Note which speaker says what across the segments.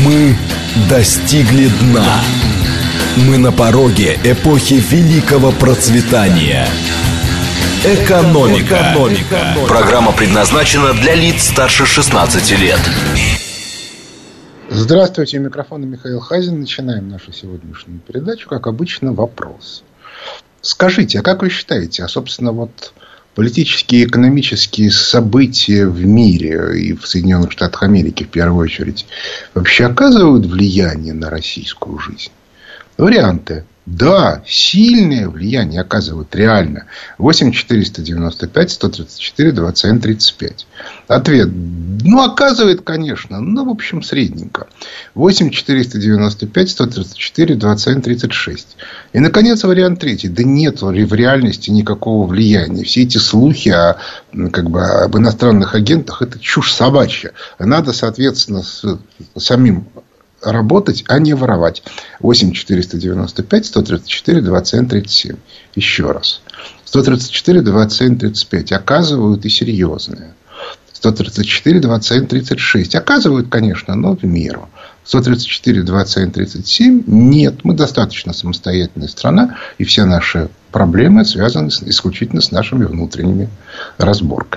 Speaker 1: Мы достигли дна. Мы на пороге эпохи великого процветания. Экономика. Программа предназначена для лиц старше 16 лет.
Speaker 2: Здравствуйте, у микрофона Михаил Хазин. Начинаем нашу сегодняшнюю передачу. Как обычно, вопрос. Скажите, а как вы считаете, собственно, политические и экономические события в мире и в Соединенных Штатах Америки, в первую очередь, вообще оказывают влияние на российскую жизнь? Варианты. Да, сильное влияние оказывают реально. 8 495 134 27 35. Ответ. Оказывает, конечно. В общем, средненько. 8 495 134 27 36. И, наконец, вариант третий. Да нет в реальности никакого влияния. Все эти слухи об иностранных агентах — это чушь собачья. Надо, соответственно, самим работать, а не воровать. 8 495 134 27 37. Еще раз. 134 27 35 оказывают и серьезные. 134 27 36 оказывают, конечно, но в меру. 134 27 37 нет. Мы достаточно самостоятельная страна, и все наши проблемы связаны исключительно с нашими внутренними разборками.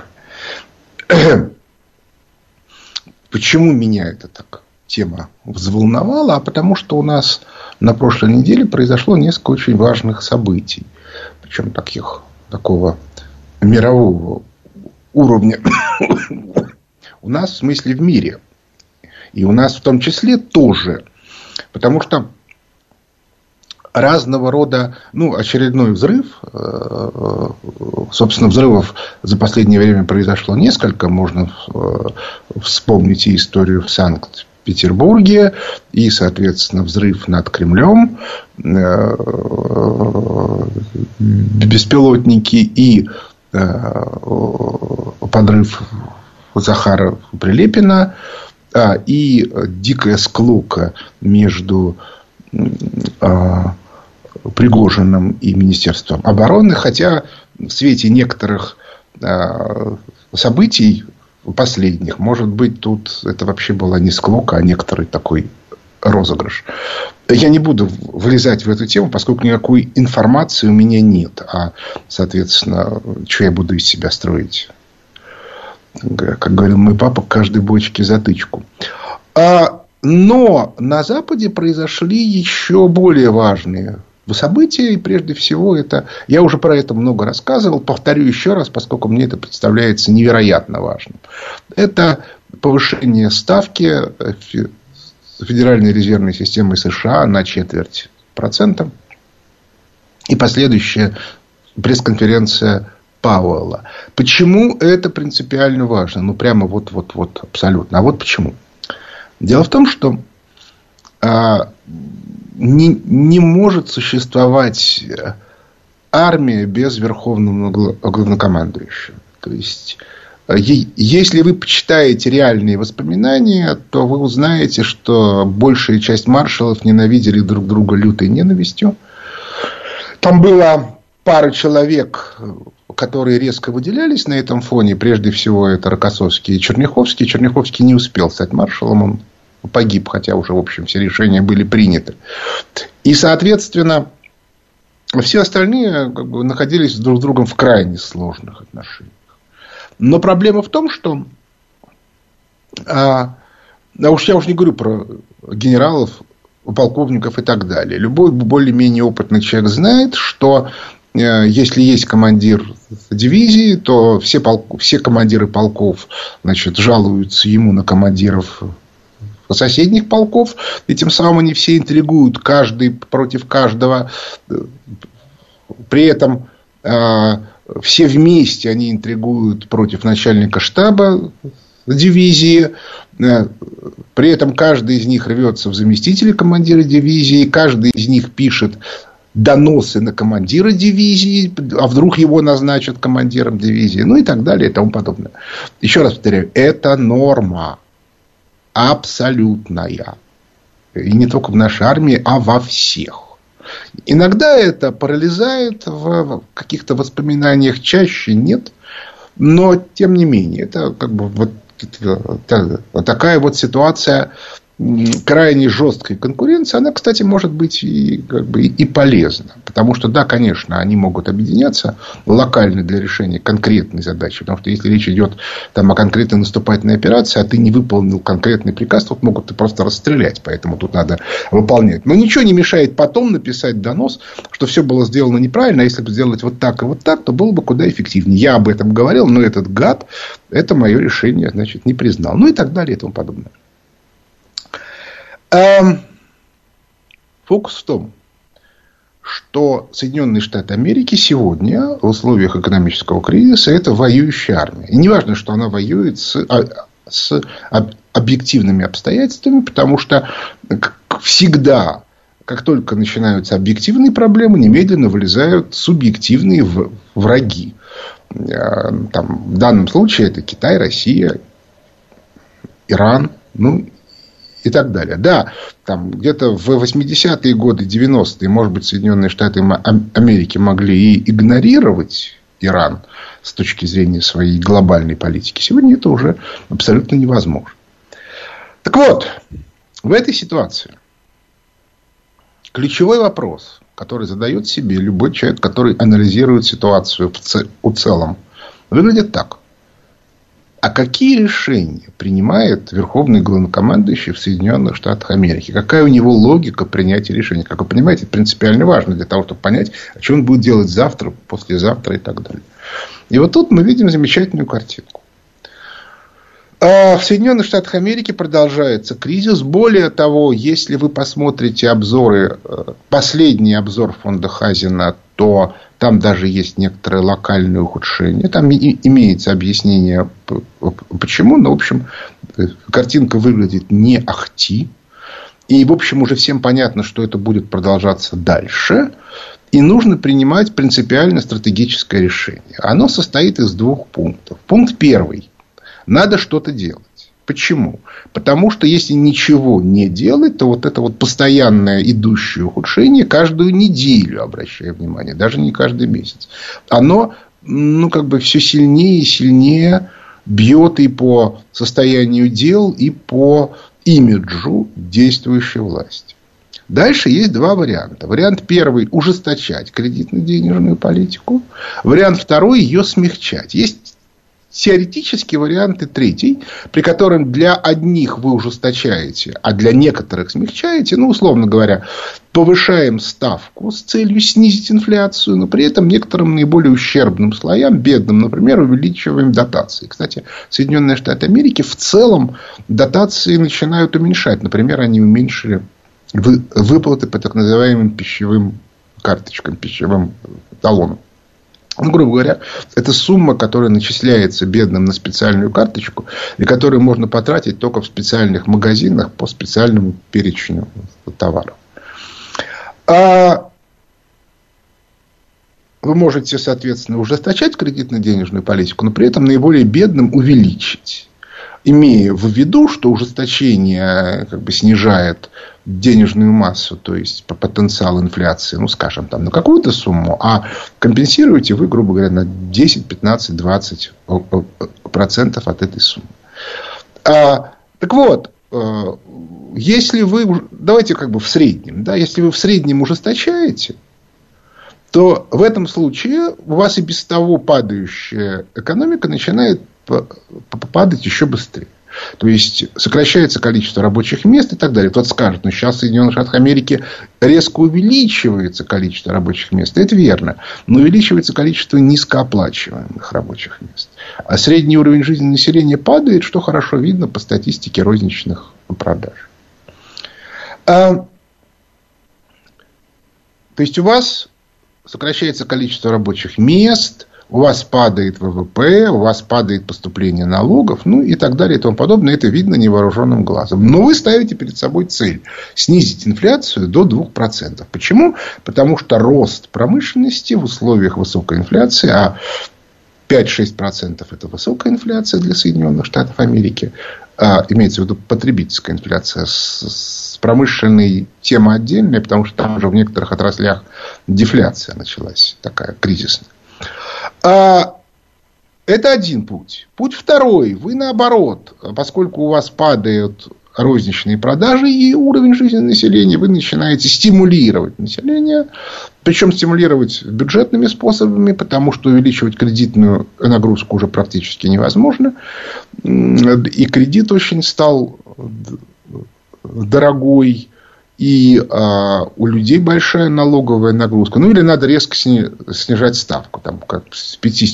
Speaker 2: Почему меня это так тема взволновала? А потому что у нас на прошлой неделе произошло несколько очень важных событий. Причем такого мирового уровня. У нас, в смысле, в мире. И у нас в том числе тоже. Потому что разного рода, очередной взрыв. Собственно, взрывов за последнее время произошло несколько. Можно вспомнить и историю в Санкт-Петербурге, и, соответственно, взрыв над Кремлем, беспилотники, и подрыв Захара Прилепина, и дикая склока между Пригожиным и Министерством обороны. Хотя в свете некоторых событий последних, может быть, тут это вообще была не склока, а некоторый такой розыгрыш. Я не буду влезать в эту тему, поскольку никакой информации у меня нет. А, соответственно, что я буду из себя строить? Как говорил мой папа, к каждой бочке затычку. Но на Западе произошли еще более важные события. И прежде всего это... Я уже про это много рассказывал. Повторю еще раз, поскольку мне это представляется невероятно важным. Это повышение ставки Федеральной резервной системы США на 0,25%. И последующая пресс-конференция Пауэлла. Почему это принципиально важно? Прямо вот абсолютно. А вот почему. Дело в том, что не может существовать армия без верховного главнокомандующего. То есть, если вы почитаете реальные воспоминания, то вы узнаете, что большая часть маршалов ненавидели друг друга лютой ненавистью. Там была пара человек, которые резко выделялись на этом фоне. Прежде всего, это Рокоссовский и Черняховский. Черняховский не успел стать маршалом. Он погиб, хотя уже, в общем, все решения были приняты. И, соответственно, все остальные находились друг с другом в крайне сложных отношениях. Но проблема в том, что... я уж не говорю про генералов, полковников и так далее. Любой более-менее опытный человек знает, что если есть командир дивизии, то все командиры полков, жалуются ему на командиров соседних полков. И тем самым они все интригуют, каждый против каждого. При этом все вместе они интригуют против начальника штаба дивизии. При этом каждый из них рвется в заместителя командира дивизии. Каждый из них пишет доносы на командира дивизии, а вдруг его назначат командиром дивизии, и так далее, и тому подобное. Еще раз повторяю, это норма абсолютная. И не только в нашей армии, а во всех. Иногда это парализует в каких-то воспоминаниях, чаще нет. Но, тем не менее, это такая ситуация крайне жесткой конкуренции, она, кстати, может быть и полезна. Потому что, да, конечно, они могут объединяться локально для решения конкретной задачи. Потому что, если речь идет там, о конкретной наступательной операции, а ты не выполнил конкретный приказ, тут могут просто расстрелять. Поэтому тут надо выполнять. Но ничего не мешает потом написать донос, что все было сделано неправильно. А если бы сделать вот так и вот так, то было бы куда эффективнее. Я об этом говорил, но этот гад это мое решение, значит, не признал. Ну и так далее и тому подобное. Фокус в том, что Соединенные Штаты Америки сегодня в условиях экономического кризиса это воюющая армия. И не важно, что она воюет с объективными обстоятельствами, потому что всегда, как только начинаются объективные проблемы, немедленно вылезают субъективные враги. Там, в данном случае это Китай, Россия, Иран, и так далее. Да, там где-то в 80-е годы, 90-е, может быть, Соединенные Штаты Америки могли и игнорировать Иран с точки зрения своей глобальной политики. Сегодня это уже абсолютно невозможно. Так вот, в этой ситуации ключевой вопрос, который задает себе любой человек, который анализирует ситуацию в целом, выглядит так. А какие решения принимает верховный главнокомандующий в Соединенных Штатах Америки? Какая у него логика принятия решений? Как вы понимаете, это принципиально важно для того, чтобы понять, что он будет делать завтра, послезавтра и так далее. И вот тут мы видим замечательную картинку. В Соединенных Штатах Америки продолжается кризис. Более того, если вы посмотрите обзоры, последний обзор фонда Хазина, то там даже есть некоторое локальное ухудшение. Там имеется объяснение, почему. Но, в общем, картинка выглядит не ахти. И, в общем, уже всем понятно, что это будет продолжаться дальше. И нужно принимать принципиально стратегическое решение. Оно состоит из двух пунктов. Пункт первый. Надо что-то делать. Почему? Потому что если ничего не делать, то вот это вот постоянное идущее ухудшение каждую неделю, обращаю внимание, даже не каждый месяц, оно все сильнее и сильнее бьет и по состоянию дел, и по имиджу действующей власти. Дальше есть два варианта. Вариант первый – ужесточать кредитно-денежную политику. Вариант второй – ее смягчать. Есть теоретически варианты третий, при котором для одних вы ужесточаете, а для некоторых смягчаете. Условно говоря, повышаем ставку с целью снизить инфляцию, но при этом некоторым наиболее ущербным слоям, бедным, например, увеличиваем дотации. Кстати, Соединенные Штаты Америки в целом дотации начинают уменьшать. Например, они уменьшили выплаты по так называемым пищевым карточкам, пищевым талонам. Грубо говоря, это сумма, которая начисляется бедным на специальную карточку, и которую можно потратить только в специальных магазинах по специальному перечню товаров. Вы можете, соответственно, ужесточать кредитно-денежную политику, но при этом наиболее бедным увеличить. Имея в виду, что ужесточение снижает денежную массу, то есть потенциал инфляции, скажем, там, на какую-то сумму, а компенсируете вы, грубо говоря, на 10, 15, 20% от этой суммы. Так вот, если вы, давайте в среднем, да, если вы в среднем ужесточаете, то в этом случае у вас и без того падающая экономика начинает падать еще быстрее. То есть сокращается количество рабочих мест и так далее. Кто-то скажет, сейчас в Соединенных Штатах Америки резко увеличивается количество рабочих мест. Это верно. Но увеличивается количество низкооплачиваемых рабочих мест. А средний уровень жизни населения падает, что хорошо видно по статистике розничных продаж. То есть у вас сокращается количество рабочих мест, у вас падает ВВП, у вас падает поступление налогов, и так далее и тому подобное. Это видно невооруженным глазом. Но вы ставите перед собой цель снизить инфляцию до 2%. Почему? Потому что рост промышленности в условиях высокой инфляции, а 5-6% это высокая инфляция для Соединенных Штатов Америки, имеется в виду потребительская инфляция, с промышленной тема отдельная, потому что там уже в некоторых отраслях дефляция началась, такая кризисная. Это один путь. Путь второй. Вы наоборот, поскольку у вас падают розничные продажи и уровень жизни населения. Вы начинаете стимулировать население. Причем стимулировать бюджетными способами, потому что увеличивать кредитную нагрузку уже практически невозможно. И кредит очень стал дорогой. И у людей большая налоговая нагрузка. Ну, или надо резко снижать ставку. Там, как с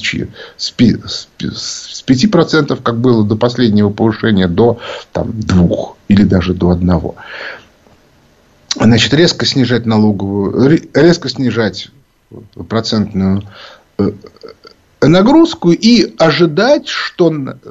Speaker 2: 5%, как было до последнего повышения, до 2% или даже до 1%. Значит, резко снижать процентную нагрузку и ожидать, что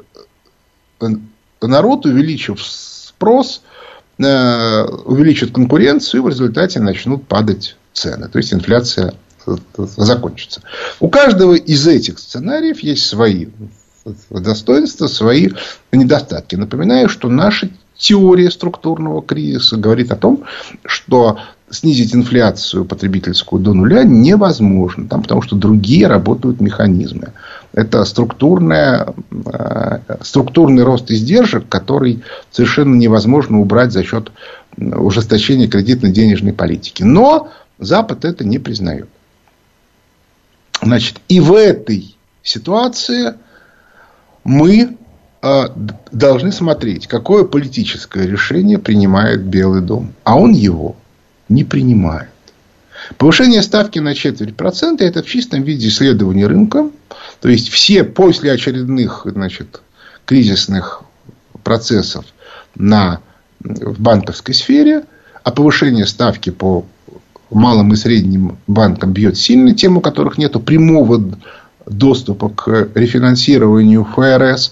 Speaker 2: народ, увеличив спрос, увеличит конкуренцию, и в результате начнут падать цены. То есть инфляция закончится. У каждого из этих сценариев есть свои достоинства, свои недостатки. Напоминаю, что наша теория структурного кризиса говорит о том, что снизить инфляцию потребительскую до нуля невозможно, потому что другие работают механизмы. Это структурный рост издержек, который совершенно невозможно убрать за счет ужесточения кредитно-денежной политики. Но Запад это не признает. Значит, и в этой ситуации мы должны смотреть, какое политическое решение принимает Белый дом. А он его не принимает. Повышение ставки на 0,25% это в чистом виде исследование рынка. То есть все после очередных, кризисных процессов в банковской сфере, а повышение ставки по малым и средним банкам бьет сильно, тем, у которых нет прямого доступа к рефинансированию ФРС.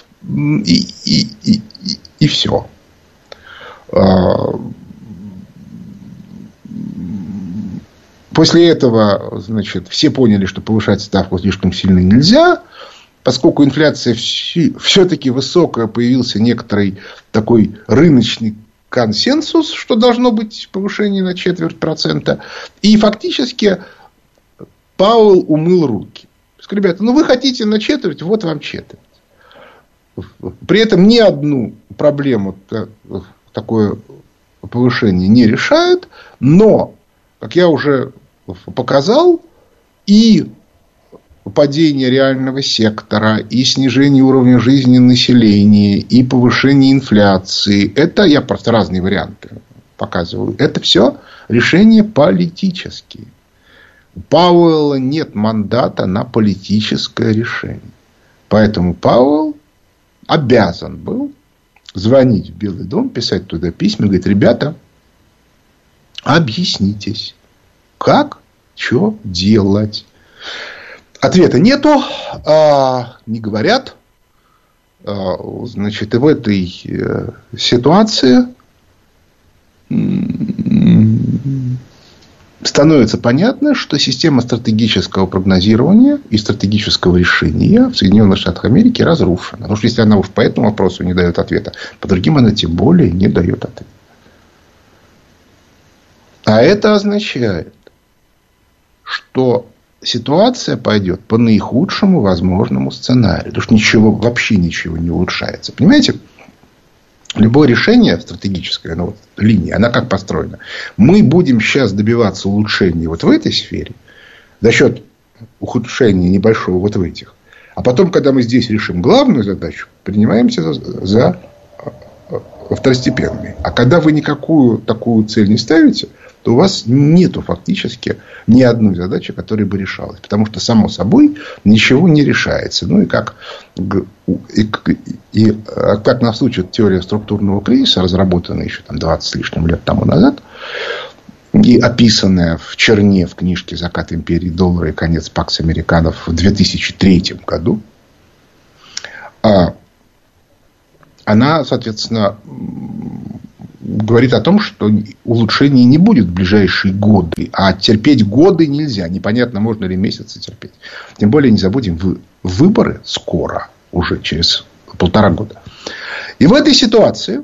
Speaker 2: И все. После этого, все поняли, что повышать ставку слишком сильно нельзя. Поскольку инфляция все-таки высокая, появился некоторый такой рыночный консенсус, что должно быть повышение на 0,25%. И фактически Пауэлл умыл руки. Ребята, вы хотите на 0,25%, вот вам 0,25%. При этом ни одну проблему такое повышение не решает. Но, как я уже показал, и падение реального сектора, и снижение уровня жизни населения, и повышение инфляции. Это я просто разные варианты показываю. Это все решения политические. У Пауэлла нет мандата на политическое решение. Поэтому Пауэлл обязан был звонить в Белый дом, писать туда письма, говорить: ребята, объяснитесь, как, что делать. Ответа нету, не говорят. И в этой ситуации становится понятно, что система стратегического прогнозирования и стратегического решения в Соединенных Штатах Америки разрушена. Потому что если она уж по этому вопросу не дает ответа, по другим она тем более не дает ответа. А это означает, что ситуация пойдет по наихудшему возможному сценарию. Потому что вообще ничего не улучшается. Понимаете? Любое решение стратегическое, линия, она как построена. Мы будем сейчас добиваться улучшения в этой сфере за счет ухудшения небольшого в этих. А потом, когда мы здесь решим главную задачу, принимаемся за второстепенные. А когда вы никакую такую цель не ставите, то у вас нету фактически ни одной задачи, которая бы решалась. Потому что, само собой, ничего не решается. И как нас учит теория структурного кризиса, разработанная еще 20 с лишним лет тому назад, и описанная в черне в книжке «Закат империи доллара и конец Пакс Американов» в 2003 году, она, соответственно, говорит о том, что улучшений не будет в ближайшие годы. А терпеть годы нельзя. Непонятно, можно ли месяцы терпеть. Тем более, не забудем, выборы скоро, уже через 1,5 года. И в этой ситуации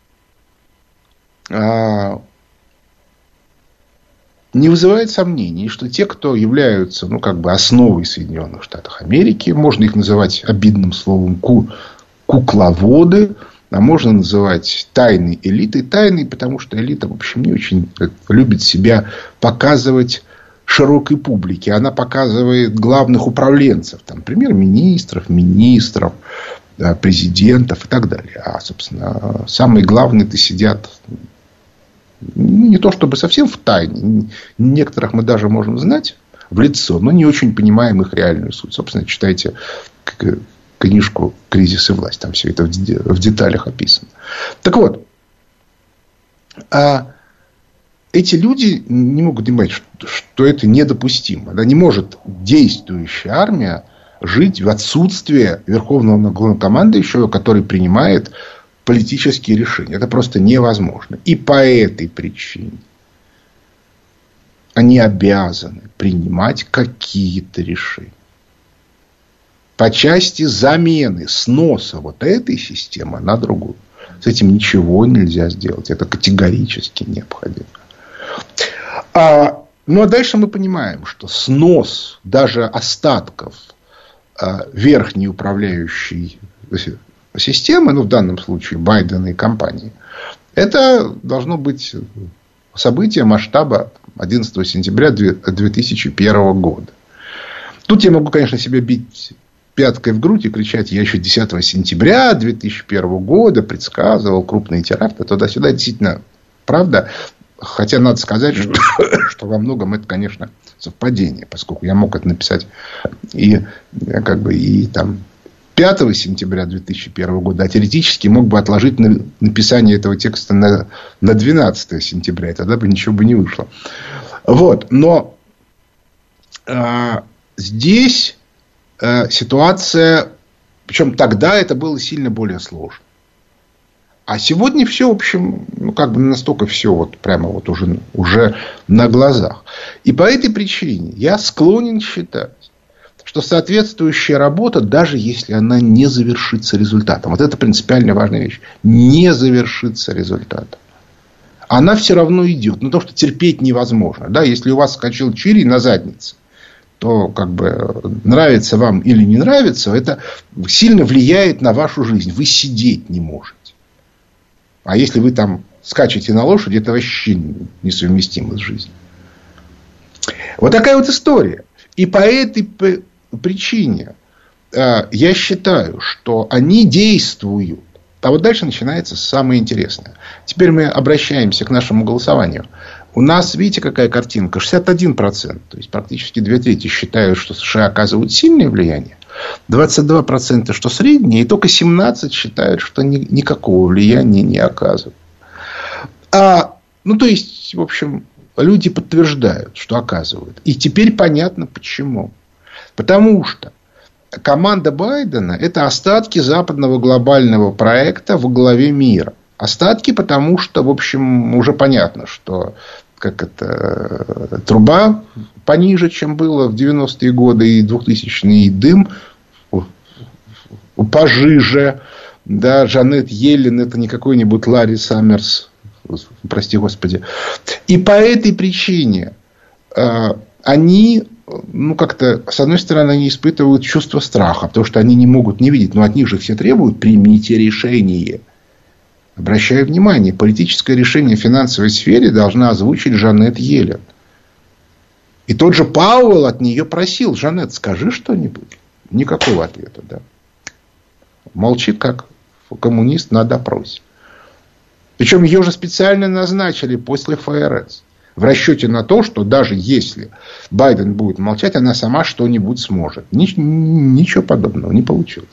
Speaker 2: не вызывает сомнений, что те, кто являются основой Соединенных Штатов Америки, можно их называть обидным словом кукловоды, А можно называть тайной элитой. Тайной, потому что элита, в общем, не очень любит себя показывать широкой публике. Она показывает главных управленцев. Там, премьер-министров, министров, президентов и так далее. А, собственно, самые главные-то сидят не то чтобы совсем в тайне. Некоторых мы даже можем знать в лицо, но не очень понимаем их реальную суть. Собственно, читайте книжку «Кризис и власть». Там все это в деталях описано. Так вот, эти люди не могут понимать, что это недопустимо. Да, не может действующая армия жить в отсутствии верховного главнокомандующего, который принимает политические решения. Это просто невозможно. И по этой причине они обязаны принимать какие-то решения. По части замены, сноса вот этой системы на другую. С этим ничего нельзя сделать. Это категорически необходимо. Ну, а дальше мы понимаем, что снос даже остатков верхней управляющей системы, ну, в данном случае Байдена и компании, это должно быть событие масштаба 11 сентября 2001 года. Тут я могу, конечно, себя бить пяткой в грудь и кричать: я еще 10 сентября 2001 года предсказывал крупные теракты туда-сюда. Действительно, правда. Хотя надо сказать, что во многом это, конечно, совпадение, поскольку я мог это написать и 5 сентября 2001 года, а теоретически мог бы отложить написание этого текста на 12 сентября, и тогда бы ничего бы не вышло. Вот. Но здесь ситуация, причем тогда это было сильно более сложно. А сегодня все, в общем, настолько все вот прямо вот уже на глазах. И по этой причине я склонен считать, что соответствующая работа, даже если она не завершится результатом, вот это принципиально важная вещь, не завершится результатом, она все равно идет. Но то, что терпеть невозможно. Да? Если у вас скачал чири на заднице, то нравится вам или не нравится, это сильно влияет на вашу жизнь. Вы сидеть не можете. А если вы там скачете на лошади, это вообще несовместимо с жизнью. Вот такая вот история. И по этой причине я считаю, что они действуют. А вот дальше начинается самое интересное. Теперь мы обращаемся к нашему голосованию. У нас, видите, какая картинка? 61%. То есть, практически 2/3 считают, что США оказывают сильное влияние. 22%, что среднее. И только 17% считают, что никакого влияния не оказывают. То есть, в общем, люди подтверждают, что оказывают. И теперь понятно, почему. Потому что команда Байдена – это остатки западного глобального проекта во главе мира. Остатки, потому что, в общем, уже понятно, что труба пониже, чем было в 90-е годы и 2000-е, и дым пожиже. Да, Джанет Йеллен – это не какой-нибудь Ларри Саммерс, прости господи. И по этой причине они, с одной стороны, они испытывают чувство страха, потому что они не могут не видеть, но от них же все требуют: примите решение. Обращаю внимание, политическое решение в финансовой сфере должна озвучить Джанет Йеллен. И тот же Пауэлл от нее просил: Джанет, скажи что-нибудь. Никакого ответа, да. Молчит, как коммунист на допросе. Причем ее же специально назначили после ФРС. В расчете на то, что даже если Байден будет молчать, она сама что-нибудь сможет. Ничего подобного не получилось.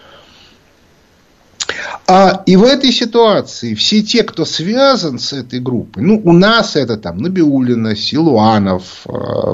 Speaker 2: И в этой ситуации все те, кто связан с этой группой, у нас это там Набиуллина, Силуанов,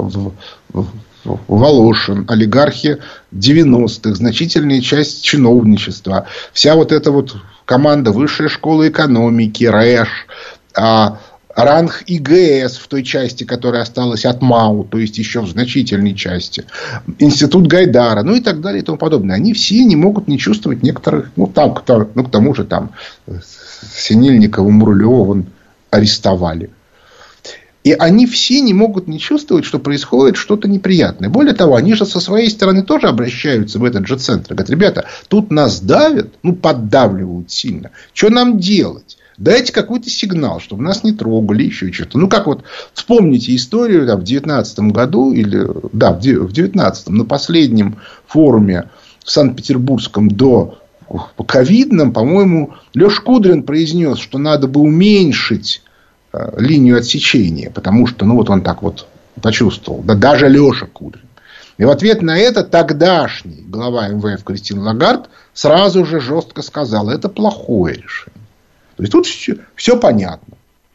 Speaker 2: Волошин, олигархи 90-х, значительная часть чиновничества, вся вот эта вот команда Высшей школы экономики, РЭШ, ранг ИГС в той части, которая осталась от МАУ, то есть еще в значительной части, институт Гайдара, и так далее и тому подобное. Они все не могут не чувствовать некоторых, к тому же там Синельникова, Мурлева арестовали. И И они все не могут не чувствовать, что происходит что-то неприятное. Более того, они же со своей стороны тоже обращаются в этот же центр. Говорят, ребята, тут нас давят, поддавливают сильно. Что нам делать? Дайте какой-то сигнал, чтобы нас не трогали, еще что-то. Как вот вспомните историю в 2019 году, в 2019, на последнем форуме в Санкт-Петербургском до ковидном, по-моему, Леша Кудрин произнес, что надо бы уменьшить линию отсечения, потому что, он так вот почувствовал. Да даже Леша Кудрин. И в ответ на это тогдашний глава МВФ Кристин Лагард сразу же жестко сказала, это плохое решение. То есть тут все понятно.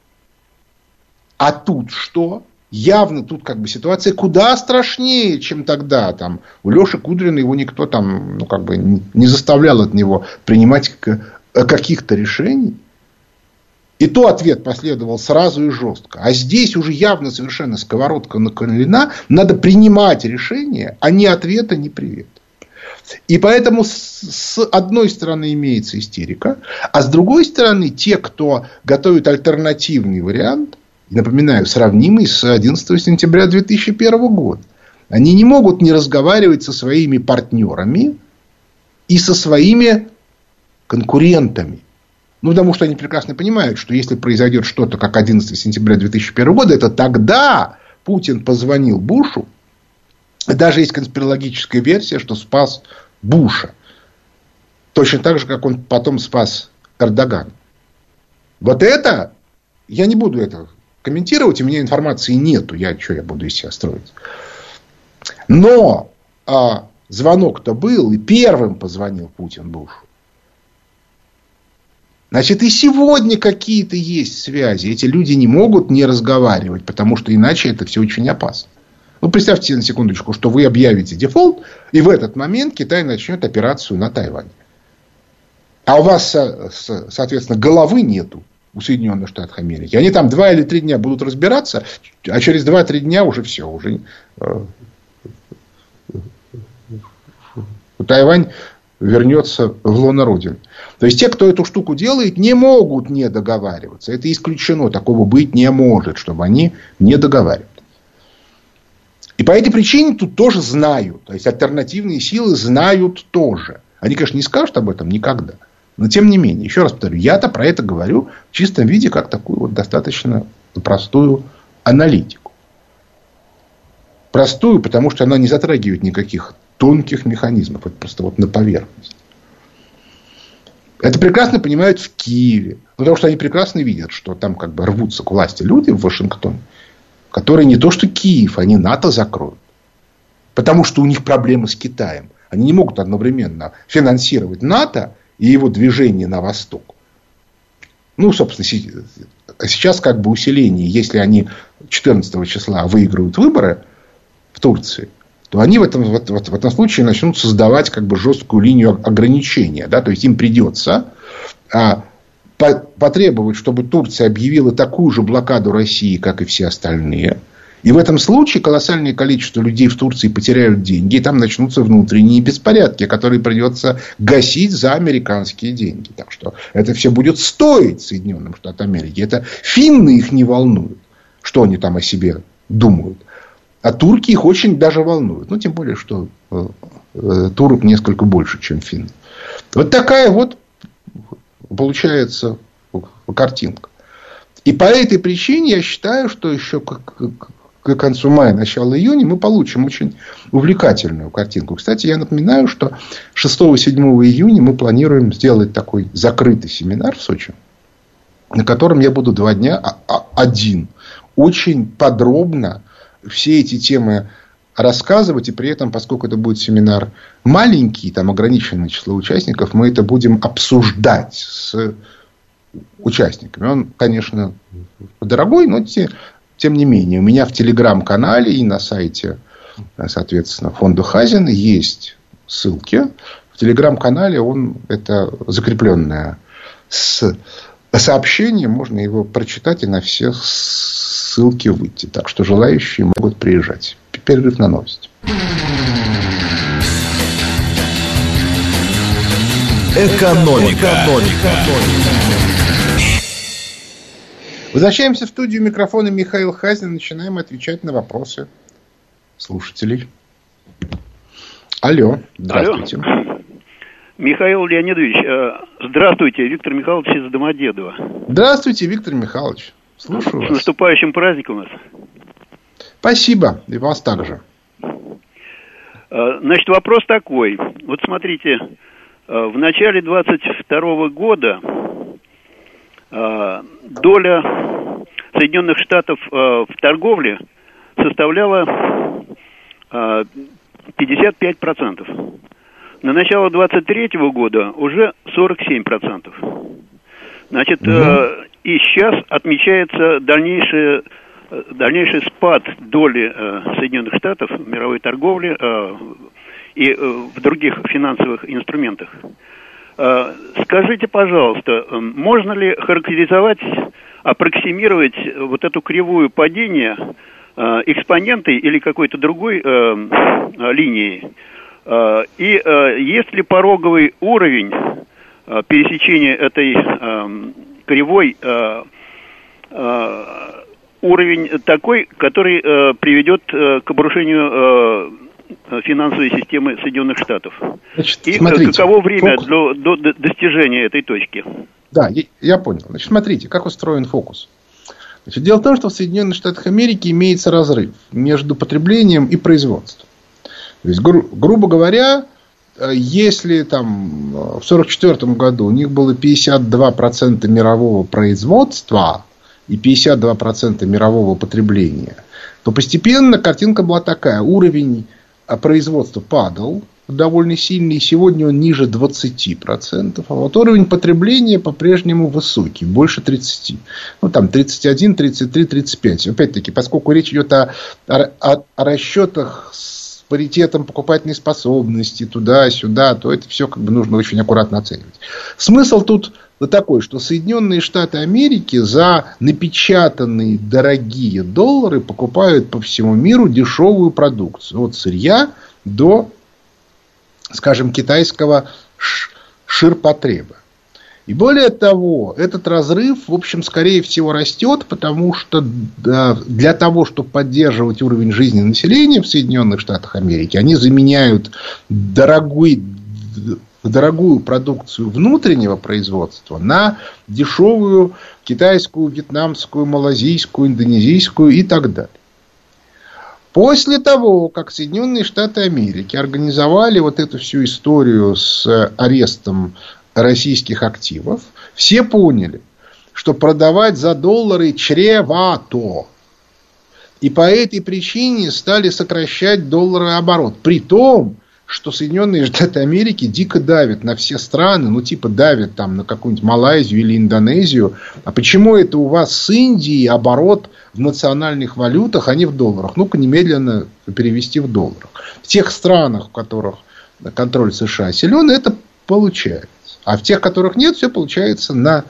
Speaker 2: А тут что? Явно тут ситуация куда страшнее, чем тогда. У Леши Кудрина его никто не заставлял от него принимать каких-то решений. И то ответ последовал сразу и жестко. А здесь уже явно совершенно сковородка накалена. Надо принимать решение, а ни ответа, ни привета. И поэтому с одной стороны имеется истерика, а с другой стороны те, кто готовит альтернативный вариант, напоминаю, сравнимый с 11 сентября 2001 года, они не могут не разговаривать со своими партнерами и со своими конкурентами. Потому что они прекрасно понимают, что если произойдет что-то, как 11 сентября 2001 года, это тогда Путин позвонил Бушу. Даже есть конспирологическая версия, что спас Буша. Точно так же, как он потом спас Эрдогана. Вот это, я не буду это комментировать, у меня информации нету. Я буду из себя строить. Но звонок-то был, и первым позвонил Путин Бушу. Значит, и сегодня какие-то есть связи. Эти люди не могут не разговаривать, потому что иначе это все очень опасно. Представьте на секундочку, что вы объявите дефолт, и в этот момент Китай начнет операцию на Тайване. А у вас, соответственно, головы нету у Соединенных Штатов Америки. Они там 2 или 3 дня будут разбираться, а через 2-3 дня уже все. Уже Тайвань вернется в лоно Родины. То есть те, кто эту штуку делает, не могут не договариваться. Это исключено. Такого быть не может, чтобы они не договаривались. И по этой причине тут тоже знают. То есть альтернативные силы знают тоже. Они, конечно, не скажут об этом никогда. Но тем не менее, еще раз повторю, я-то про это говорю в чистом виде, как такую достаточно простую аналитику. Простую, потому что она не затрагивает никаких тонких механизмов. Это просто на поверхности. Это прекрасно понимают в Киеве. Потому что они прекрасно видят, что там рвутся к власти люди в Вашингтоне, которые не то что Киев, они НАТО закроют. Потому что у них проблемы с Китаем. Они не могут одновременно финансировать НАТО и его движение на восток. Собственно, сейчас усиление. Если они 14 числа выиграют выборы в Турции, то они в этом случае начнут создавать жесткую линию ограничения. Да? То есть им придется потребовать, чтобы Турция объявила такую же блокаду России, как и все остальные. И в этом случае колоссальное количество людей в Турции потеряют деньги. И там начнутся внутренние беспорядки, которые придется гасить за американские деньги. Так что это все будет стоить Соединенным Штатам Америки. Это финны их не волнуют, что они там о себе думают. А турки их очень даже волнуют. Тем более, что турок несколько больше, чем финны. Вот такая получается картинка. И по этой причине я считаю, что еще к концу мая, начало июня мы получим очень увлекательную картинку. Кстати, я напоминаю, что 6-7 июня мы планируем сделать такой закрытый семинар в Сочи, на котором я буду 2 дня один очень подробно все эти темы рассказывать. И при этом, поскольку это будет семинар маленький, там ограниченное число участников, мы это будем обсуждать с участниками. Он, конечно, дорогой, но тем не менее. У меня в телеграм-канале и на сайте, соответственно, фонда Хазин есть ссылки. В телеграм-канале это закрепленное сообщение. Можно его прочитать и на все ссылки выйти. Так что желающие могут приезжать. Перерыв на новости.
Speaker 1: Экономика.
Speaker 2: Возвращаемся в студию. Микрофона Михаил Хазин. Начинаем отвечать на вопросы слушателей. Алло, здравствуйте.
Speaker 3: Алло. Михаил Леонидович, здравствуйте, Виктор Михайлович из Домодедово.
Speaker 2: Здравствуйте, Виктор Михайлович. Слушаю вас.
Speaker 3: С наступающим праздником вас.
Speaker 2: Спасибо, и вас также.
Speaker 3: Значит, вопрос такой. Вот смотрите, в начале 22 года доля Соединенных Штатов в торговле составляла 55%. На начало 23 года уже 47%. Значит, и сейчас отмечается дальнейший спад доли Соединенных Штатов в мировой торговле и в других финансовых инструментах. Скажите, пожалуйста, можно ли характеризовать, аппроксимировать вот эту кривую падения экспонентой или какой-то другой линией? И есть ли пороговый уровень пересечения этой кривой, уровень такой, который приведет к обрушению финансовой системы Соединенных Штатов?
Speaker 2: Значит,
Speaker 3: и
Speaker 2: смотрите,
Speaker 3: каково время до достижения этой точки?
Speaker 2: Да, я понял. Значит, смотрите, как устроен фокус. Значит, дело в том, что в Соединенных Штатах Америки имеется разрыв между потреблением и производством. То есть, грубо говоря, если там в 1944 году у них было 52% мирового производства и 52% мирового потребления, то постепенно картинка была такая. Уровень производства падал довольно сильно, и сегодня он ниже 20%. А вот уровень потребления по-прежнему высокий, больше 30%. Ну, там 31, 33, 35%. Опять-таки, поскольку речь идет о расчетах с паритетом покупательной способности, туда-сюда, то это все как бы нужно очень аккуратно оценивать. Смысл тут такой, что Соединенные Штаты Америки за напечатанные дорогие доллары покупают по всему миру дешевую продукцию. От сырья до, скажем, китайского ширпотреба. И более того, этот разрыв, в общем, скорее всего, растет, потому что для того, чтобы поддерживать уровень жизни населения в Соединенных Штатах Америки, они заменяют дорогую продукцию внутреннего производства на дешевую китайскую, вьетнамскую, малазийскую, индонезийскую и так далее. После того, как Соединенные Штаты Америки организовали вот эту всю историю с арестом российских активов, все поняли, что продавать за доллары чревато. И по этой причине стали сокращать долларооборот. При том, что Соединенные Штаты Америки дико давят на все страны, ну типа давят там на какую-нибудь Малайзию или Индонезию. А почему это у вас с Индией оборот в национальных валютах, а не в долларах? Ну-ка немедленно перевести в долларах. В тех странах, в которых контроль США силен, это получается. А в тех, которых нет, все получается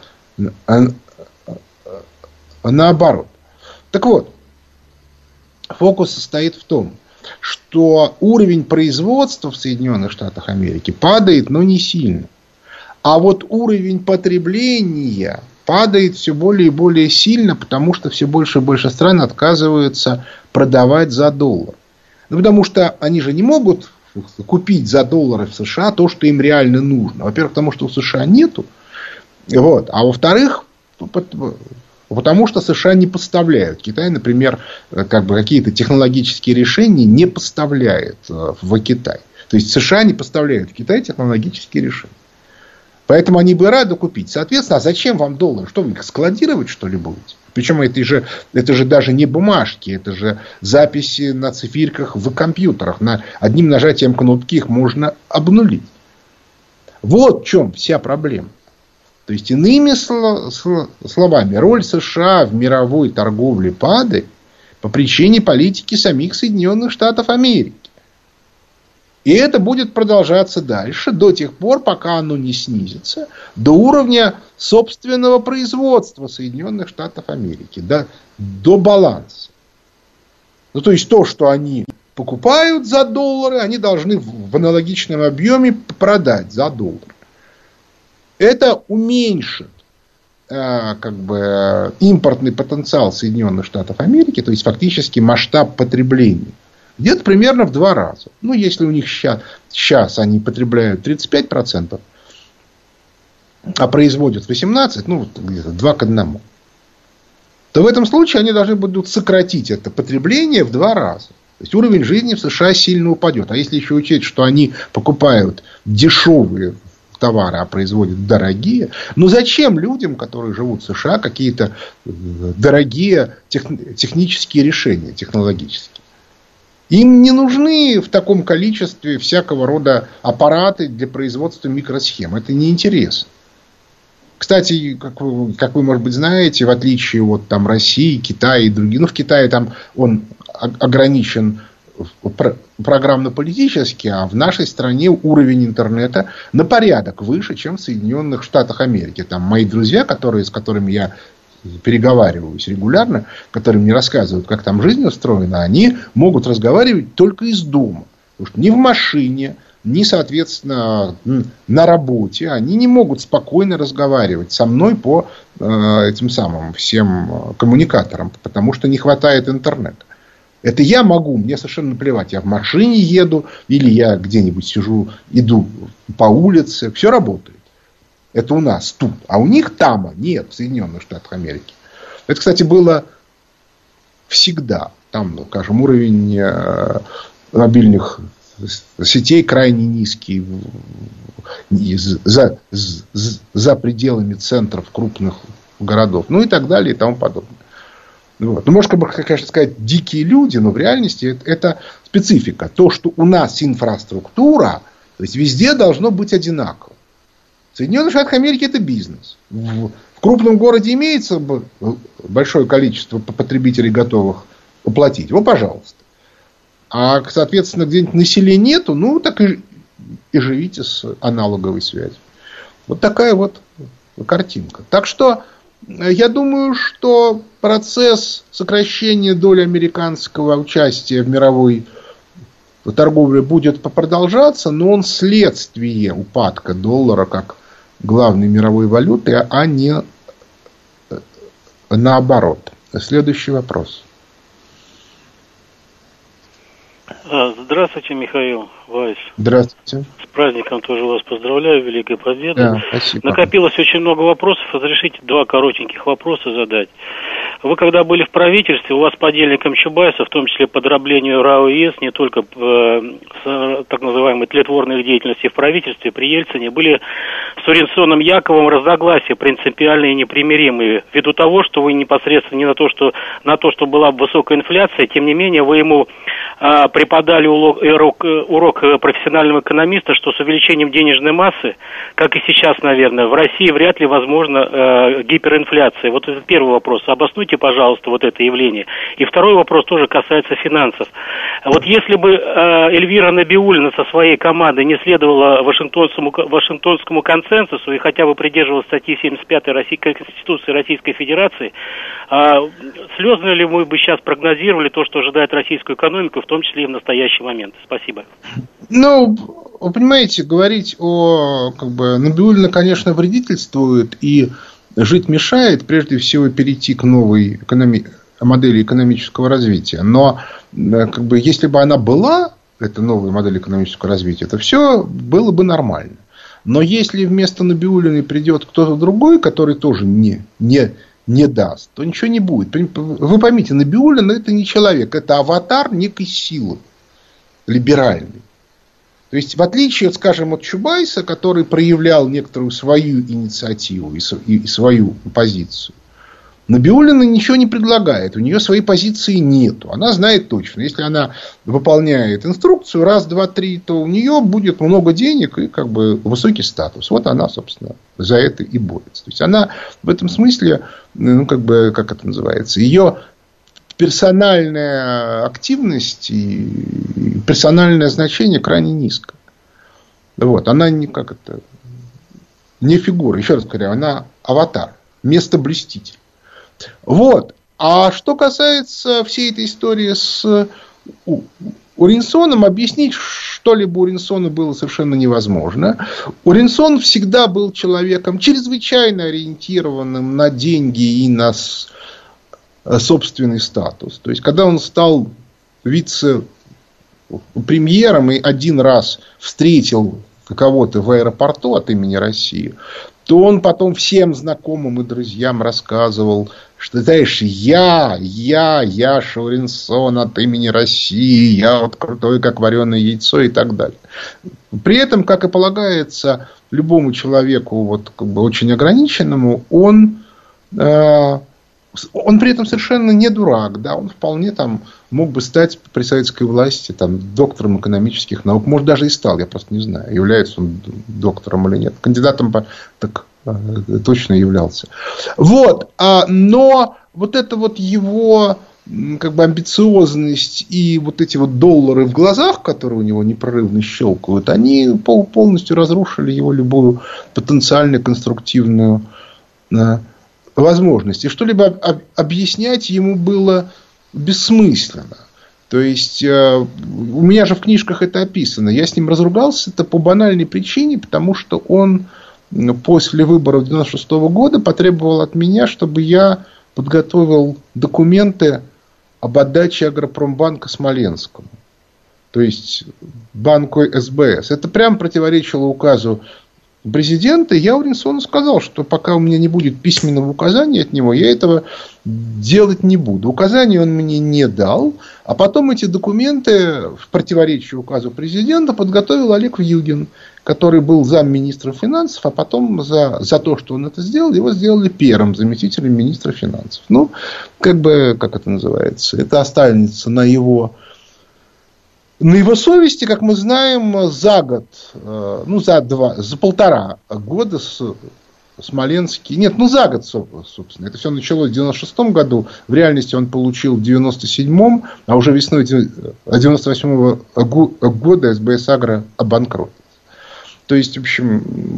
Speaker 2: наоборот. Так вот, фокус состоит в том, что уровень производства в Соединенных Штатах Америки падает, но не сильно. А вот уровень потребления падает все более и более сильно, потому что все больше и больше стран отказываются продавать за доллар. Ну, потому что они же не могут купить за доллары в США то, что им реально нужно. Во-первых, потому что у США нету. Вот. А во-вторых, потому что США не поставляют. Китай, например, как бы какие-то технологические решения не поставляет в Китай. То есть США не поставляют в Китай технологические решения. Поэтому они бы рады купить. Соответственно, а зачем вам доллар? Что вы их складировать, что ли, будете? Причем это же даже не бумажки, это же записи на циферках в компьютерах. Одним нажатием кнопки их можно обнулить. Вот в чем вся проблема. То есть, иными словами, роль США в мировой торговле падает по причине политики самих Соединенных Штатов Америки. И это будет продолжаться дальше, до тех пор, пока оно не снизится до уровня собственного производства Соединенных Штатов Америки, до баланса. Ну, то есть, то, что они покупают за доллары, они должны в аналогичном объеме продать за доллары. Это уменьшит импортный потенциал Соединенных Штатов Америки, то есть фактически масштаб потребления, где-то примерно в 2 раза. Ну, если у них сейчас они потребляют 35%, а производят 18%, ну, где-то 2 к 1, то в этом случае они должны будут сократить это потребление в 2 раза. То есть уровень жизни в США сильно упадет. А если еще учесть, что они покупают дешевые товары, а производят дорогие, ну зачем людям, которые живут в США, какие-то дорогие технические решения, технологические? Им не нужны в таком количестве всякого рода аппараты для производства микросхем. Это неинтересно. Кстати, как вы, может быть, знаете, в отличие от там, России, Китая и других, ну, в Китае там он ограничен программно-политически, а в нашей стране уровень интернета на порядок выше, чем в Соединенных Штатах Америки. Там мои друзья, с которыми я переговариваюсь регулярно, которые мне рассказывают, как там жизнь устроена, они могут разговаривать только из дома. Потому что ни в машине, ни, соответственно, на работе они не могут спокойно разговаривать со мной по этим самым всем коммуникаторам, потому что не хватает интернета. Это я могу, мне совершенно наплевать. Я в машине еду, или я где-нибудь сижу, иду по улице. Все работает. Это у нас тут. А у них там нет, в Соединенных Штатах Америки. Это, кстати, было всегда. Там, скажем, уровень мобильных сетей крайне низкий. За пределами центров крупных городов. Ну и так далее и тому подобное. Вот. Ну, можно, конечно, сказать, дикие люди, но в реальности это специфика. То, что у нас инфраструктура, то есть везде должно быть одинаково. В Соединенных Штатах Америки это бизнес. В крупном городе имеется большое количество потребителей, готовых уплатить. Вот, пожалуйста. А, соответственно, где-нибудь населения нету, ну, так и живите с аналоговой связью. Вот такая вот картинка. Так что я думаю, что процесс сокращения доли американского участия в мировой торговле будет продолжаться, но он следствие упадка доллара как главной мировой валюты, а не наоборот. Следующий вопрос.
Speaker 4: Здравствуйте, Михаил Вайс.
Speaker 2: Здравствуйте.
Speaker 4: С праздником тоже вас поздравляю, Великой Победы.
Speaker 2: Да, спасибо.
Speaker 4: Накопилось очень много вопросов. Разрешите 2 коротеньких вопроса задать. Вы когда были в правительстве, у вас подельником Чубайса, в том числе по дроблению РАО ЕС, не только с так называемой тлетворной деятельности в правительстве, при Ельцине, были с Уренсоном Яковом разногласия принципиальные и непримиримые. Ввиду того, что вы непосредственно не на то, что была высокая инфляция, тем не менее вы ему преподали урок профессионального экономиста, что с увеличением денежной массы, как и сейчас, наверное, в России вряд ли возможна гиперинфляция. Вот это первый вопрос. Обоснуйте, пожалуйста, вот это явление. И второй вопрос тоже касается финансов. Вот если бы Эльвира Набиуллина со своей командой не следовала Вашингтонскому консенсусу и хотя бы придерживалась статьи 75 Конституции Российской Федерации, слезно ли мы бы сейчас прогнозировали то, что ожидает российскую экономику, в том числе и в настоящий момент? Спасибо.
Speaker 2: Ну, вы понимаете, говорить о Набиуллина, конечно, вредительствует и жить мешает, прежде всего, перейти к новой модели экономического развития. Но если бы она была, эта новая модель экономического развития, то все было бы нормально. Но если вместо Набиуллиной придет кто-то другой, который тоже не даст, то ничего не будет. Вы поймите, Набиуллина это не человек, это аватар некой силы либеральной. То есть, в отличие, скажем, от Чубайса, который проявлял некоторую свою инициативу и свою позицию, Набиуллина ничего не предлагает. У нее своей позиции нету. Она знает точно. Если она выполняет инструкцию раз, два, три, то у нее будет много денег и высокий статус. Вот она, собственно, за это и борется. То есть, она в этом смысле, как это называется, ее персональная активность и персональное значение крайне низко. Вот. Она не фигура. Еще раз говорю, она аватар. Местоблюститель. Вот. А что касается всей этой истории с Уренсоном, объяснить, что-либо Уренсону было совершенно невозможно. Уренсон всегда был человеком чрезвычайно ориентированным на деньги и на собственный статус. То есть, когда он стал вице-премьером и один раз встретил кого-то в аэропорту от имени России, то он потом всем знакомым и друзьям рассказывал, что, знаешь, я Уренсон от имени России, я вот крутой, как вареное яйцо и так далее. При этом, как и полагается любому человеку вот, как бы очень ограниченному, он при этом совершенно не дурак, да, он вполне там мог бы стать при советской власти там, доктором экономических наук, может, даже и стал, я просто не знаю, является он доктором или нет. Кандидатом так точно являлся. Вот, но вот это вот его как бы амбициозность и вот эти вот доллары в глазах, которые у него непрерывно щелкают, они полностью разрушили его любую потенциально конструктивную возможность. И что-либо объяснять ему было бессмысленно. То есть, у меня же в книжках это описано. Я с ним разругался это по банальной причине, потому что он после выборов 1996 года потребовал от меня, чтобы я подготовил документы об отдаче Агропромбанка Смоленскому. То есть, банку СБС. Это прямо противоречило указу президента. Я Уренсону сказал, что пока у меня не будет письменного указания от него, я этого делать не буду. Указания он мне не дал. А потом эти документы в противоречие указу президента подготовил Олег Вьюгин, который был замминистра финансов, а потом за то, что он это сделал, его сделали первым заместителем министра финансов. Ну, как бы, как это называется, это останется на его совести, как мы знаем, за год, за полтора года Смоленский... Нет, за год, собственно. Это все началось в 1996 году. В реальности он получил в 1997, а уже весной 1998 года СБС Агро обанкротился. То есть, в общем...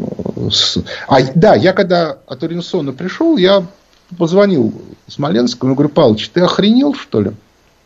Speaker 2: я когда от Уренсона пришел, я позвонил Смоленскому и говорю: Павлович, ты охренел, что ли?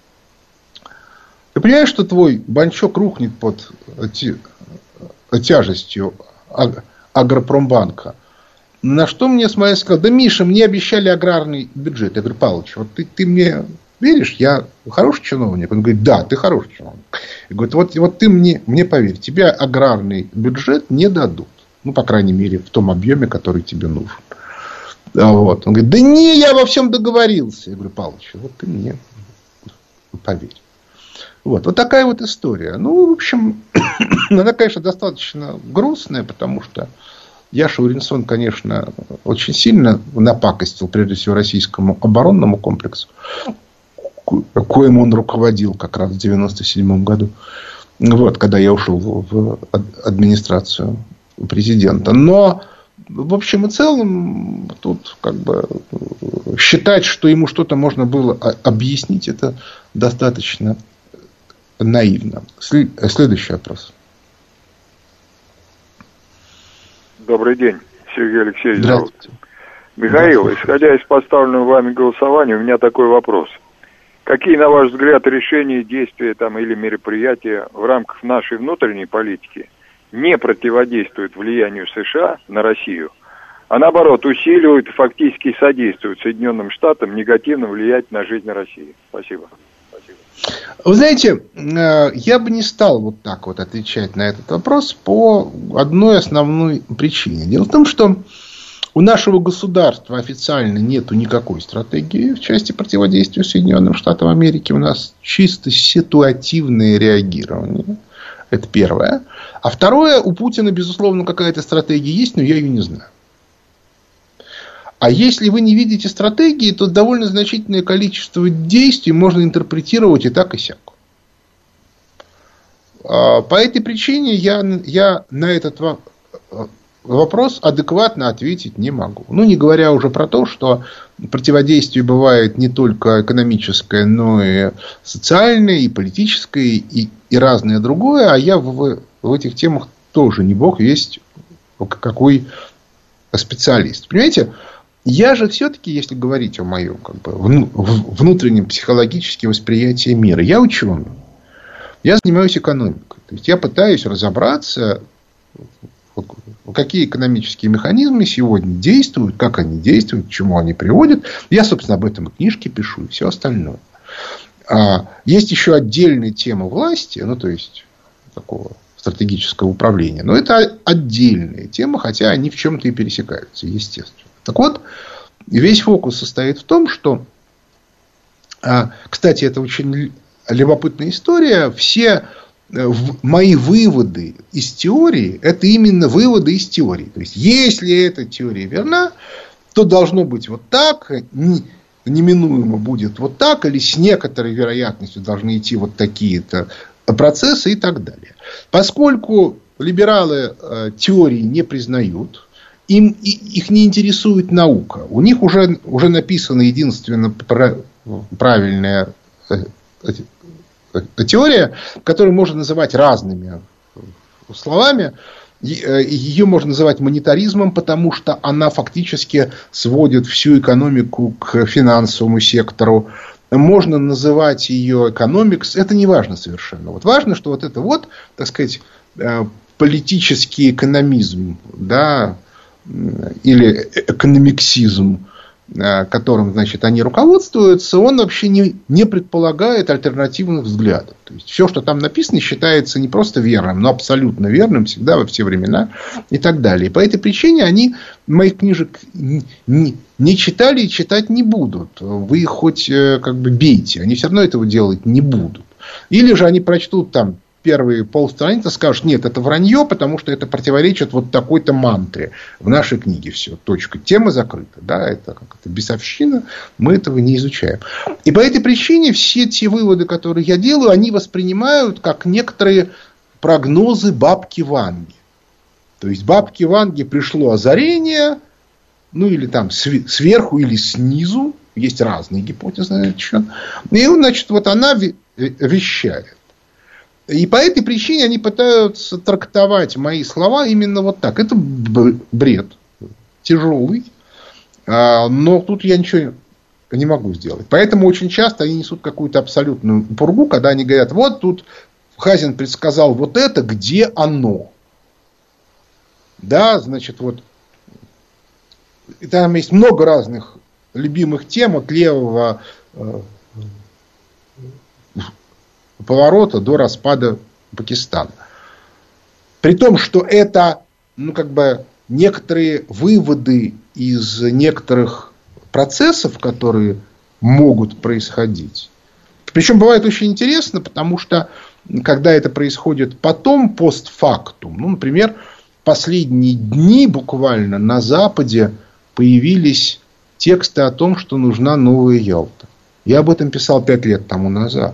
Speaker 2: Ты понимаешь, что твой банчок рухнет под тяжестью Агропромбанка? На что мне Смоленский сказал: да, Миша, мне обещали аграрный бюджет. Я говорю: Павлович, вот ты мне веришь? Я хороший чиновник? Он говорит: да, ты хороший чиновник. Я говорю: вот ты мне поверь, тебе аграрный бюджет не дадут. Ну, по крайней мере, в том объеме, который тебе нужен. Вот. Он говорит: да не, я во всем договорился. Я говорю: Павлович, вот ты мне поверь. Вот такая вот история. Ну, в общем, она, конечно, достаточно грустная, потому что Яша Уренсон, конечно, очень сильно напакостил, прежде всего, российскому оборонному комплексу, коим он руководил как раз в 1997 году, вот, когда я ушел в администрацию президента. Но, в общем и целом, тут как бы считать, что ему что-то можно было объяснить, это достаточно наивно. Следующий вопрос.
Speaker 5: Добрый день, Сергей Алексеевич. Здравствуйте. Михаил, исходя из поставленного вами голосования, у меня такой вопрос. Какие, на ваш взгляд, решения, действия или мероприятия в рамках нашей внутренней политики не противодействуют влиянию США на Россию, а наоборот усиливают и фактически содействуют Соединенным Штатам негативно влиять на жизнь России? Спасибо.
Speaker 2: Вы знаете, я бы не стал вот так вот отвечать на этот вопрос по одной основной причине. Дело в том, что у нашего государства официально нету никакой стратегии в части противодействия Соединенным Штатам Америки. У нас чисто ситуативное реагирование. Это первое. А второе, у Путина, безусловно, какая-то стратегия есть, но я ее не знаю. А если вы не видите стратегии, то довольно значительное количество действий можно интерпретировать и так, и сяк. По этой причине я на этот вопрос адекватно ответить не могу. Ну, не говоря уже про то, что противодействие бывает не только экономическое, но и социальное, и политическое, и разное другое. А я в этих темах тоже не бог весть какой специалист. Понимаете? Я же все-таки, если говорить о моем внутреннем психологическом восприятии мира, я ученый. Я занимаюсь экономикой. То есть я пытаюсь разобраться, какие экономические механизмы сегодня действуют, как они действуют, к чему они приводят. Я, собственно, об этом и книжки пишу, и все остальное. Есть еще отдельная тема власти, то есть такого стратегического управления. Но это отдельная тема, хотя они в чем-то и пересекаются, естественно. Так вот, весь фокус состоит в том, что, кстати, это очень любопытная история. Все мои выводы из теории, это именно выводы из теории. То есть, если эта теория верна, то должно быть вот так, неминуемо будет вот так, или с некоторой вероятностью должны идти вот такие-то процессы и так далее. Поскольку либералы теории не признают, их не интересует наука. У них уже написана единственно правильная теория, которую можно называть разными словами. Ее можно называть монетаризмом, потому что она фактически сводит всю экономику к финансовому сектору. Можно называть ее экономикс. Это не важно совершенно. Вот важно, что вот это вот, так сказать, политический экономизм, да, или экономиксизм, которым, значит, они руководствуются, он вообще не предполагает альтернативных взглядов. То есть, все, что там написано, считается не просто верным, но абсолютно верным всегда, во все времена и так далее. И по этой причине они моих книжек не читали и читать не будут. Вы их хоть как бы бейте, они все равно этого делать не будут. Или же они прочтут там первые полстраницы, скажут, нет, это вранье, потому что это противоречит вот такой-то мантре в нашей книге. Все, точка. Тема закрыта. Да, это как-то бесовщина, мы этого не изучаем. И по этой причине все те выводы, которые я делаю, они воспринимают как некоторые прогнозы бабки Ванги. То есть, бабке Ванге пришло озарение, или там сверху или снизу. Есть разные гипотезы на этот счет. И, значит, вот она вещает. И по этой причине они пытаются трактовать мои слова именно вот так. Это бред. Тяжелый. Но тут я ничего не могу сделать. Поэтому очень часто они несут какую-то абсолютную пургу, когда они говорят, вот тут Хазин предсказал вот это, где оно? Да, значит, вот. И там есть много разных любимых тем от левого поворота до распада Пакистана. При том, что это, некоторые выводы из некоторых процессов, которые могут происходить. Причем бывает очень интересно, потому что, когда это происходит потом, постфактум, например, последние дни буквально на Западе появились тексты о том, что нужна новая Ялта. Я об этом писал 5 лет тому назад.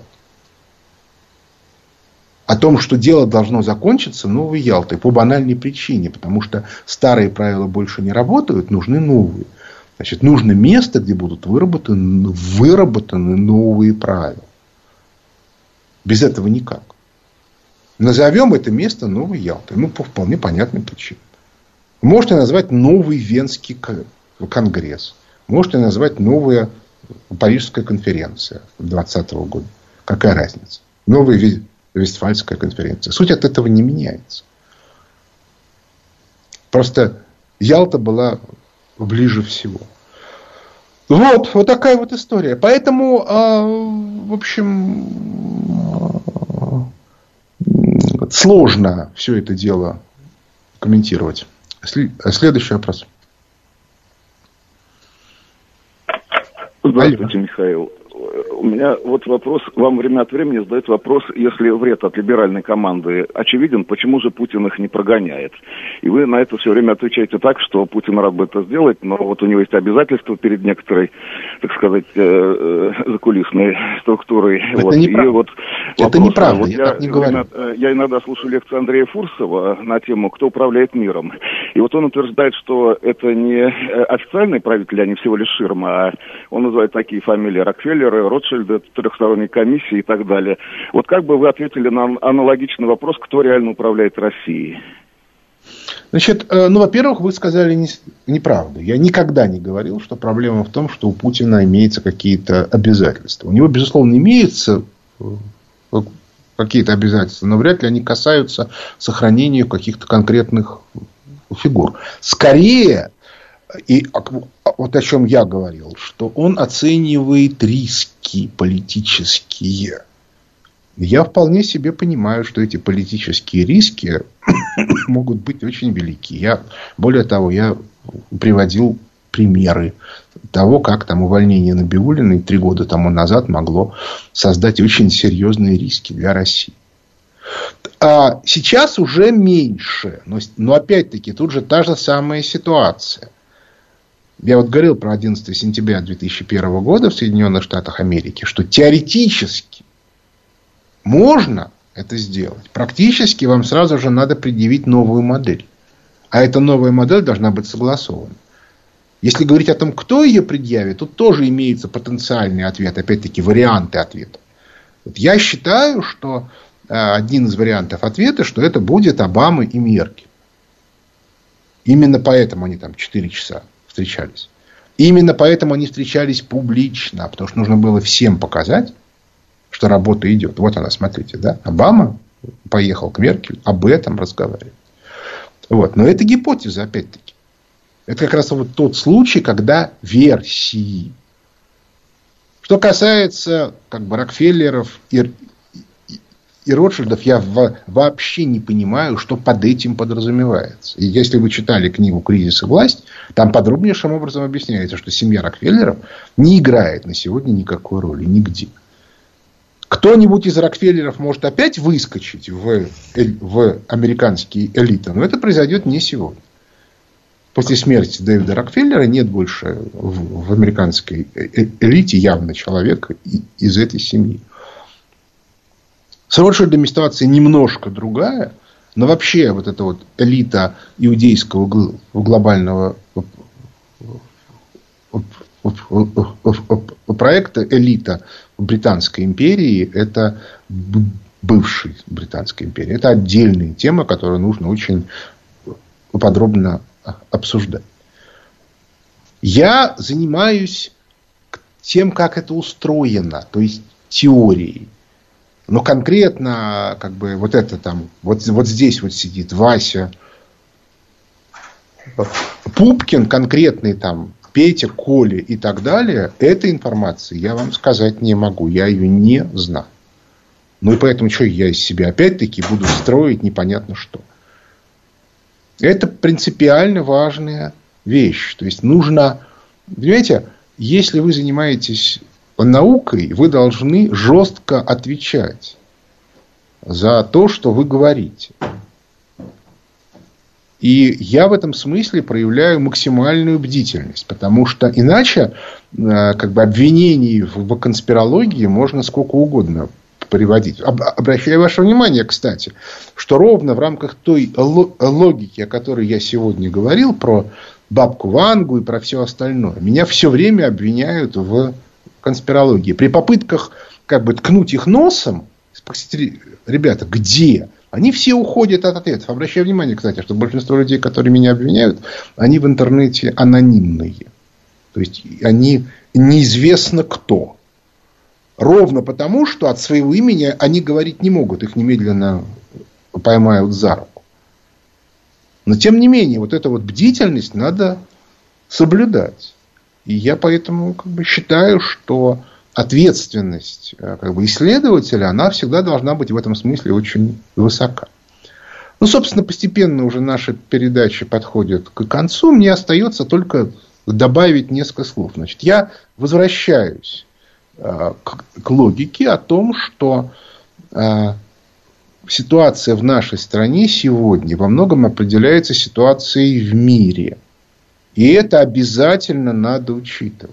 Speaker 2: О том, что дело должно закончиться новой Ялтой. По банальной причине. Потому что старые правила больше не работают, нужны новые. Значит, нужно место, где будут выработаны новые правила. Без этого никак. Назовем это место новой Ялтой. По вполне понятным причинам. Можете назвать новый Венский конгресс. Можете назвать новая Парижская конференция 2020 года. Какая разница? Новая Вестфальская конференция. Суть от этого не меняется. Просто Ялта была ближе всего. Вот такая вот история. Поэтому, в общем, сложно все это дело комментировать. Следующий вопрос.
Speaker 6: Здравствуйте, Михаил. У меня вот вопрос, вам время от времени задают вопрос, если вред от либеральной команды очевиден, почему же Путин их не прогоняет? И вы на это все время отвечаете так, что Путин рад бы это сделать, но вот у него есть обязательства перед некоторой, так сказать, закулисной структурой.
Speaker 2: Это неправда. Это неправда, я так не говорю.
Speaker 6: Я иногда слушаю лекции Андрея Фурсова на тему «Кто управляет миром?». И вот он утверждает, что это не официальные правители, они всего лишь ширма, а он называет такие фамилии: Рокфеллеры, Ротшильды, трехсторонней комиссии и так далее. Вот как бы вы ответили на аналогичный вопрос, кто реально управляет Россией?
Speaker 2: Значит, во-первых, вы сказали неправду. Я никогда не говорил, что проблема в том, что у Путина имеются какие-то обязательства. У него, безусловно, имеются какие-то обязательства, но вряд ли они касаются сохранения каких-то конкретных фигур. Скорее, и вот о чем я говорил, что он оценивает риски политические. Я вполне себе понимаю, что эти политические риски могут быть очень велики. Более того, я приводил примеры того, как там увольнение Набиуллиной 3 года тому назад могло создать очень серьезные риски для России. А сейчас уже меньше. Но опять-таки тут же та же самая ситуация. Я вот говорил про 11 сентября 2001 года в Соединенных Штатах Америки, что теоретически можно это сделать. Практически вам сразу же надо предъявить новую модель. А эта новая модель должна быть согласована. Если говорить о том, кто ее предъявит, тут тоже имеется потенциальный ответ. Опять-таки, варианты ответа. Вот я считаю, что один из вариантов ответа, что это будет Обама и Меркель. Именно поэтому они там 4 часа встречались. Именно поэтому они встречались публично. Потому что нужно было всем показать, что работа идет. Вот она, смотрите. Да? Обама поехал к Меркель об этом разговаривать. Вот. Но это гипотеза, опять-таки. Это как раз вот тот случай, когда версии. Что касается Рокфеллеров и Ротшильдов, я вообще не понимаю, что под этим подразумевается. И если вы читали книгу «Кризис и власть», там подробнейшим образом объясняется, что семья Рокфеллеров не играет на сегодня никакой роли нигде. Кто-нибудь из Рокфеллеров может опять выскочить в американские элиты, но это произойдет не сегодня. После смерти Дэвида Рокфеллера нет больше в американской элите явно человека из этой семьи. С Ротшильдами ситуация немножко другая, но вообще вот эта вот элита иудейского глобального проекта, элита Британской империи, это бывшей Британской империи. Это отдельная тема, которую нужно очень подробно обсуждать. Я занимаюсь тем, как это устроено, то есть теорией. Но конкретно, вот это там, вот здесь вот сидит Вася Пупкин, конкретный там Петя, Коля и так далее, этой информации я вам сказать не могу. Я ее не знаю. Ну и поэтому, что я из себя опять-таки буду строить непонятно что. Это принципиально важная вещь. То есть нужно, понимаете, если вы занимаетесь наукой, вы должны жестко отвечать за то, что вы говорите. И я в этом смысле проявляю максимальную бдительность, потому что иначе обвинений в конспирологии можно сколько угодно приводить. Обращаю ваше внимание, кстати, что ровно в рамках той логики, о которой я сегодня говорил, про бабку Вангу и про все остальное, меня все время обвиняют в конспирологии. При попытках ткнуть их носом, спросить, ребята, где? Они все уходят от ответов. Обращаю внимание, кстати, что большинство людей, которые меня обвиняют, они в интернете анонимные. То есть они неизвестно кто. Ровно потому, что от своего имени они говорить не могут. Их немедленно поймают за руку. Но тем не менее, вот эту вот бдительность надо соблюдать. И я поэтому считаю, что ответственность исследователя, она всегда должна быть в этом смысле очень высока. Ну, собственно, постепенно уже наша передача подходит к концу. Мне остается только добавить несколько слов. Значит, я возвращаюсь к логике о том, что ситуация в нашей стране сегодня во многом определяется ситуацией в мире. И это обязательно надо учитывать.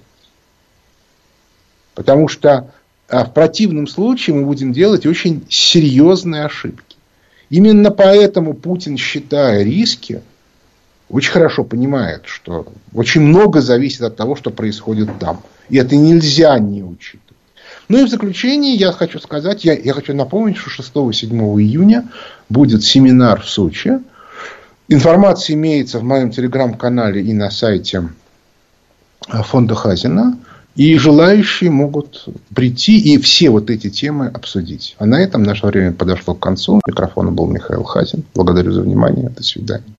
Speaker 2: Потому что в противном случае мы будем делать очень серьезные ошибки. Именно поэтому Путин, считая риски, очень хорошо понимает, что очень много зависит от того, что происходит там. И это нельзя не учитывать. Ну и в заключение я хочу сказать, я хочу напомнить, что 6-7 июня будет семинар в Сочи. Информация имеется в моем телеграм-канале и на сайте фонда Хазина. И желающие могут прийти и все вот эти темы обсудить. А на этом наше время подошло к концу. У микрофона был Михаил Хазин. Благодарю за внимание. До свидания.